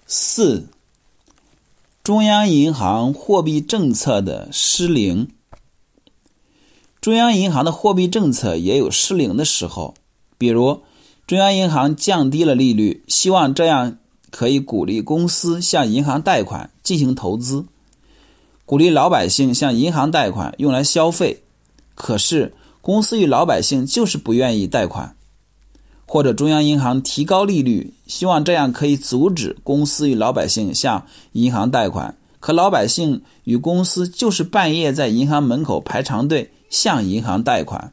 4. 中央银行货币政策的失灵。中央银行的货币政策也有失灵的时候，比如中央银行降低了利率，希望这样可以鼓励公司向银行贷款进行投资，鼓励老百姓向银行贷款用来消费，可是公司与老百姓就是不愿意贷款。或者中央银行提高利率，希望这样可以阻止公司与老百姓向银行贷款，可老百姓与公司就是半夜在银行门口排长队向银行贷款。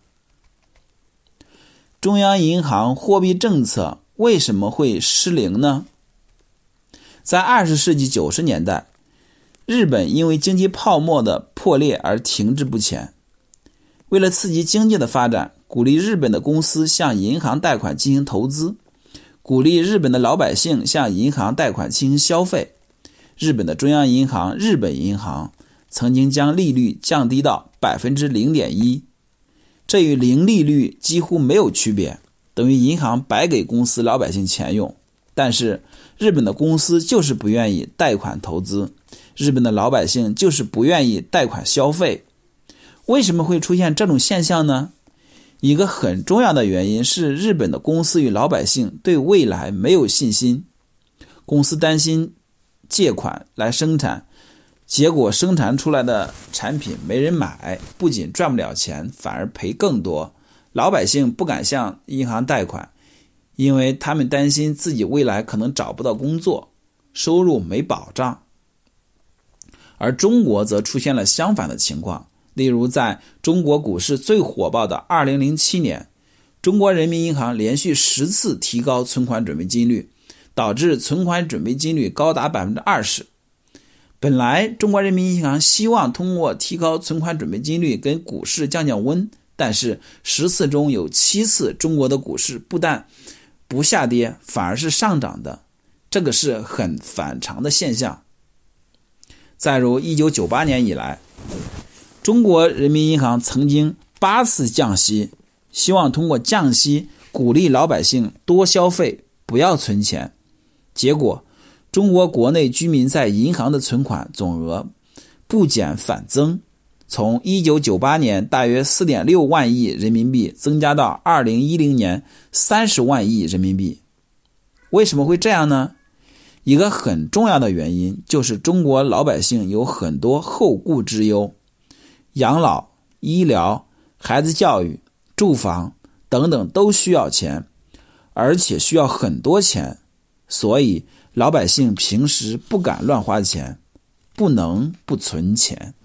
中央银行货币政策为什么会失灵呢？在20世纪90年代，日本因为经济泡沫的破裂而停滞不前。为了刺激经济的发展，鼓励日本的公司向银行贷款进行投资，鼓励日本的老百姓向银行贷款进行消费，日本的中央银行日本银行曾经将利率降低到 0.1%， 这与零利率几乎没有区别，等于银行白给公司老百姓钱用。但是日本的公司就是不愿意贷款投资，日本的老百姓就是不愿意贷款消费。为什么会出现这种现象呢？一个很重要的原因是日本的公司与老百姓对未来没有信心，公司担心借款来生产，结果生产出来的产品没人买，不仅赚不了钱，反而赔更多。老百姓不敢向银行贷款，因为他们担心自己未来可能找不到工作，收入没保障。而中国则出现了相反的情况，例如在中国股市最火爆的2007年，中国人民银行连续10次提高存款准备金率，导致存款准备金率高达 20%。 本来中国人民银行希望通过提高存款准备金率跟股市降降温，但是10次中有7次中国的股市不但不下跌，反而是上涨的，这个是很反常的现象。再如1998年以来，中国人民银行曾经8次降息，希望通过降息鼓励老百姓多消费，不要存钱。结果中国国内居民在银行的存款总额不减反增，从1998年大约 4.6 万亿人民币增加到2010年30万亿人民币。为什么会这样呢？一个很重要的原因就是中国老百姓有很多后顾之忧，养老、医疗、孩子教育、住房等等都需要钱，而且需要很多钱，所以老百姓平时不敢乱花钱，不能不存钱。